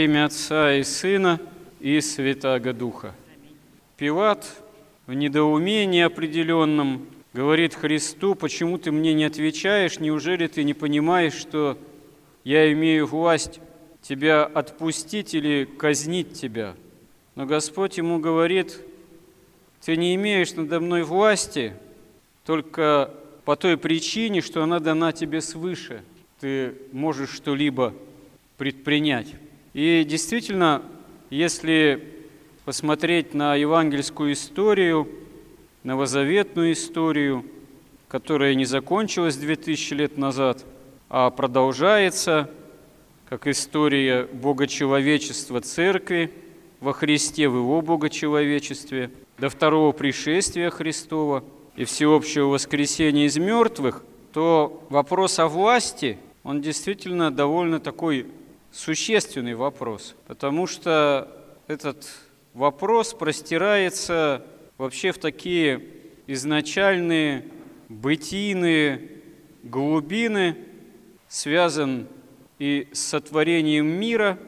имя Отца и Сына и Святаго Духа. Пилат в недоумении определенном говорит Христу: «Почему ты мне не отвечаешь? Неужели ты не понимаешь, что я имею власть тебя отпустить или казнить тебя?» Но Господь ему говорит: «Ты не имеешь надо мной власти только по той причине, что она дана тебе свыше. Ты можешь что-либо предпринять». И действительно, если посмотреть на евангельскую историю, новозаветную историю, которая не закончилась 2000 лет назад, а продолжается, как история богочеловечества Церкви во Христе, в Его богочеловечестве, до второго пришествия Христова и всеобщего воскресения из мертвых, то вопрос о власти, он действительно довольно такой существенный вопрос, потому что этот вопрос простирается вообще в такие изначальные бытийные глубины, связан и с сотворением мира,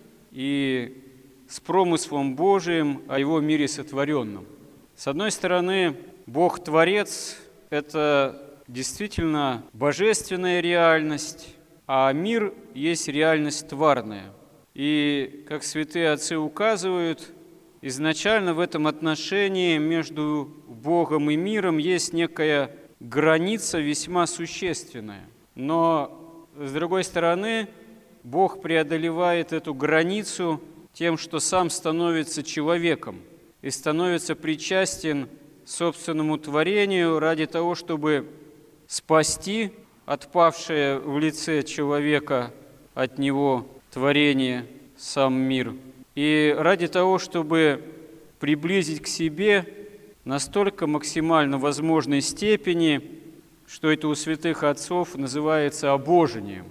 и с промыслом Божиим о Его мире сотворенном. С одной стороны, Бог-творец – это действительно божественная реальность, а мир есть реальность тварная. И, как святые отцы указывают, изначально в этом отношении между Богом и миром есть некая граница весьма существенная. Но, с другой стороны, Бог преодолевает эту границу тем, что сам становится человеком и становится причастен собственному творению ради того, чтобы спасти отпавшее в лице человека от него творение, сам мир, и ради того, чтобы приблизить к себе настолько максимально возможной степени, что это у святых отцов называется обожением.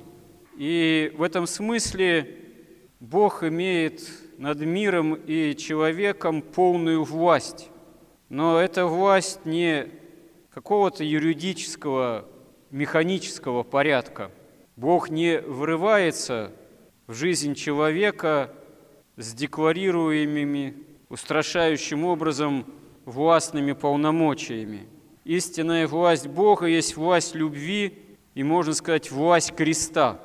И в этом смысле Бог имеет над миром и человеком полную власть. Но эта власть не какого-то юридического, механического порядка. Бог не врывается в жизнь человека с декларируемыми, устрашающим образом властными полномочиями. Истинная власть Бога есть власть любви и, можно сказать, власть креста.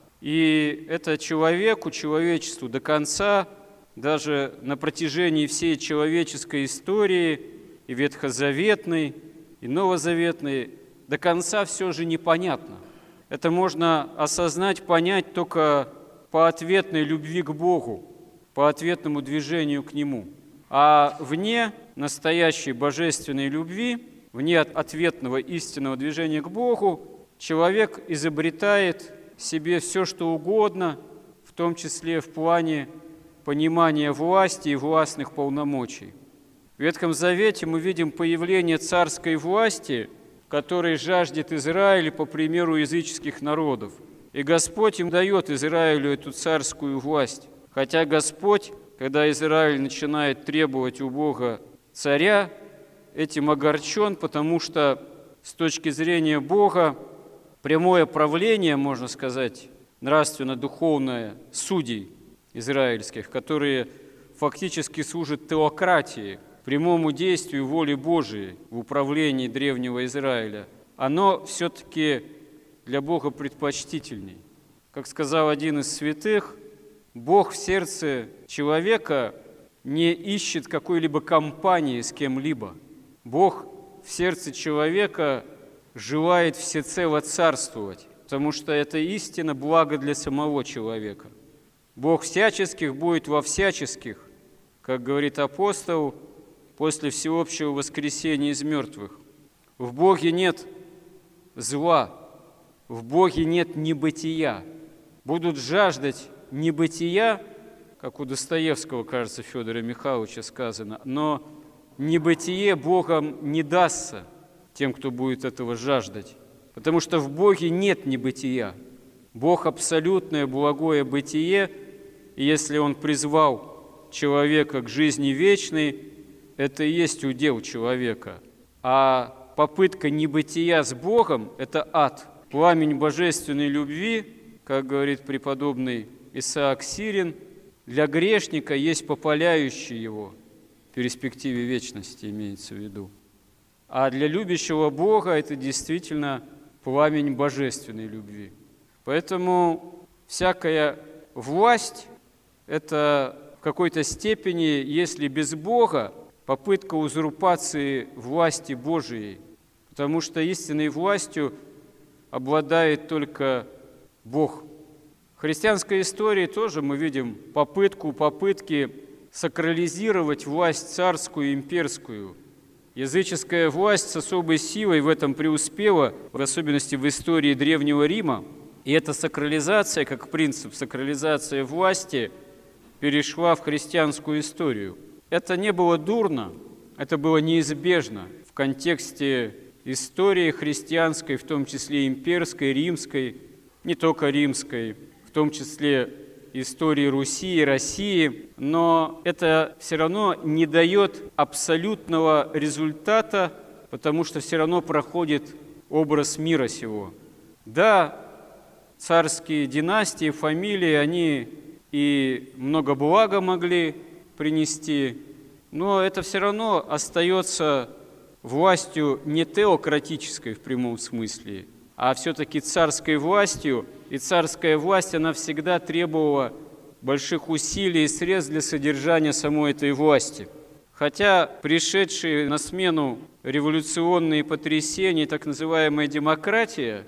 И это человеку, человечеству до конца, даже на протяжении всей человеческой истории, и ветхозаветной, и новозаветной, до конца все же непонятно. Это можно осознать, понять только по ответной любви к Богу, по ответному движению к Нему. А вне настоящей божественной любви, вне ответного истинного движения к Богу, человек изобретает себе все, что угодно, в том числе в плане понимания власти и властных полномочий. В Ветхом Завете мы видим появление царской власти, которой жаждет Израиль по примеру языческих народов. И Господь им дает Израилю эту царскую власть. Хотя Господь, когда Израиль начинает требовать у Бога царя, этим огорчен, потому что с точки зрения Бога прямое правление, можно сказать, нравственно-духовное судей израильских, которые фактически служат теократии, прямому действию воли Божией в управлении древнего Израиля, оно все-таки для Бога предпочтительней. Как сказал один из святых, Бог в сердце человека не ищет какой-либо компании с кем-либо. Бог в сердце человека желает всецело царствовать, потому что это истина благо для самого человека. Бог всяческих будет во всяческих, как говорит апостол, после всеобщего воскресения из мертвых. В Боге нет зла, в Боге нет небытия. Будут жаждать небытия, как у Достоевского, кажется, Федора Михайловича сказано, но небытие Богом не дастся тем, кто будет этого жаждать, потому что в Боге нет небытия. Бог – абсолютное благое бытие, и если Он призвал человека к жизни вечной, это и есть удел человека. А попытка небытия с Богом – это ад. Пламень божественной любви, как говорит преподобный Исаак Сирин, для грешника есть попаляющий его, в перспективе вечности имеется в виду. А для любящего Бога это действительно пламень божественной любви. Поэтому всякая власть – это в какой-то степени, если без Бога, попытка узурпации власти Божией, потому что истинной властью обладает только Бог. В христианской истории тоже мы видим попытки сакрализировать власть царскую и имперскую. Языческая власть с особой силой в этом преуспела, в особенности в истории Древнего Рима. И эта сакрализация, как принцип, сакрализация власти, перешла в христианскую историю. Это не было дурно, это было неизбежно в контексте истории христианской, в том числе имперской, римской, не только римской, в том числе истории Руси и России, но это все равно не дает абсолютного результата, потому что все равно проходит образ мира сего. Да, царские династии, фамилии, они и много блага могли принести, но это все равно остается властью не теократической в прямом смысле, а все-таки царской властью. И царская власть, она всегда требовала больших усилий и средств для содержания самой этой власти. Хотя пришедшие на смену революционные потрясения, так называемая демократия,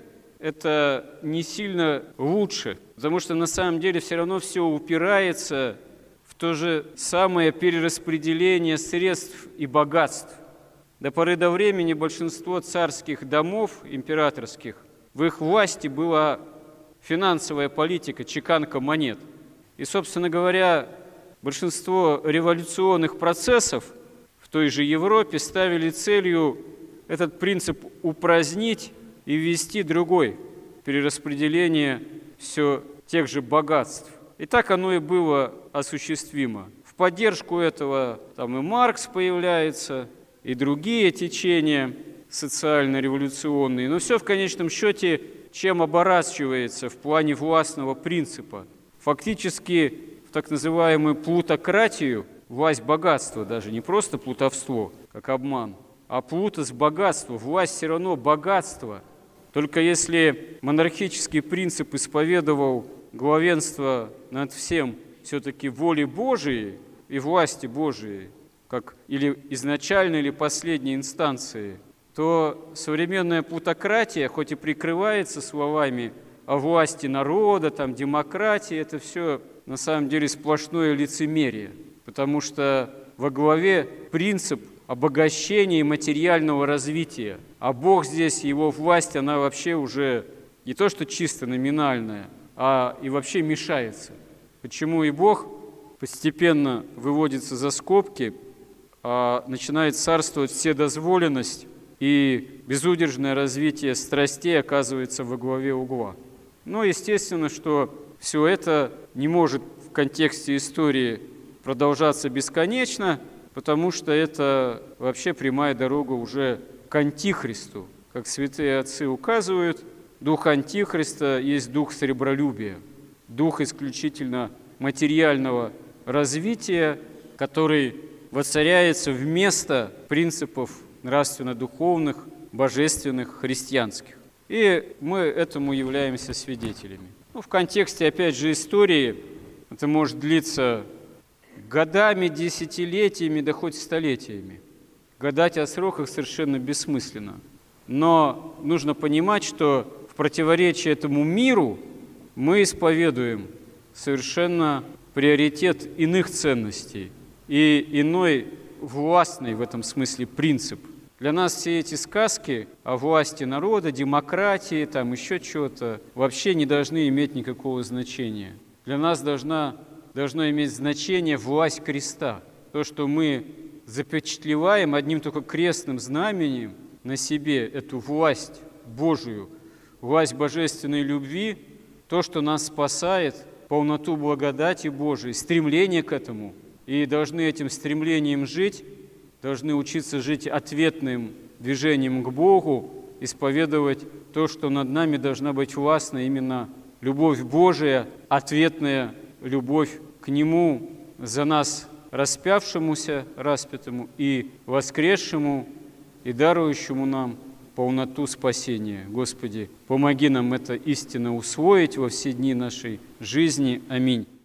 это не сильно лучше, потому что на самом деле все равно все упирается в то же самое перераспределение средств и богатств. До поры до времени большинство царских домов, императорских, в их власти была финансовая политика, чеканка монет. И, собственно говоря, большинство революционных процессов в той же Европе ставили целью этот принцип упразднить и ввести другой, перераспределение все тех же богатств. И так оно и было осуществимо. В поддержку этого там и Маркс появляется, и другие течения социально-революционные. Но все в конечном счете чем оборачивается в плане властного принципа. Фактически в так называемую плутократию, власть богатства, даже не просто плутовство, как обман, а плутос богатства, власть все равно богатство. Только если монархический принцип исповедовал главенство над всем все-таки воли Божией и власти Божией, как или изначальной, или последней инстанции, то современная плутократия, хоть и прикрывается словами о власти народа, там, демократии, это все на самом деле сплошное лицемерие, потому что во главе принцип обогащения и материального развития, а Бог здесь, Его власть, она вообще уже не то что чисто номинальная, а и вообще мешается. Почему и Бог постепенно выводится за скобки, а начинает царствовать вседозволенность, и безудержное развитие страстей оказывается во главе угла. Но естественно, что все это не может в контексте истории продолжаться бесконечно, потому что это вообще прямая дорога уже к антихристу. Как святые отцы указывают, дух антихриста есть дух сребролюбия, дух исключительно материального развития, который воцаряется вместо принципов нравственно-духовных, божественных, христианских. И мы этому являемся свидетелями. В контексте, опять же, истории это может длиться годами, десятилетиями, да хоть столетиями. Гадать о сроках совершенно бессмысленно. Но нужно понимать, что в противоречии этому миру мы исповедуем совершенно приоритет иных ценностей и иной властный в этом смысле принцип. Для нас все эти сказки о власти народа, демократии, там еще чего-то вообще не должны иметь никакого значения. Для нас должно иметь значение власть креста. То, что мы запечатлеваем одним только крестным знаменем на себе эту власть Божию, власть божественной любви, то, что нас спасает, полноту благодати Божией, стремление к этому. И должны этим стремлением жить, должны учиться жить ответным движением к Богу, исповедовать то, что над нами должна быть властна именно любовь Божия, ответная любовь к к Нему за нас распявшемуся, распятому, и воскресшему, и дарующему нам полноту спасения. Господи, помоги нам это истинно усвоить во все дни нашей жизни. Аминь.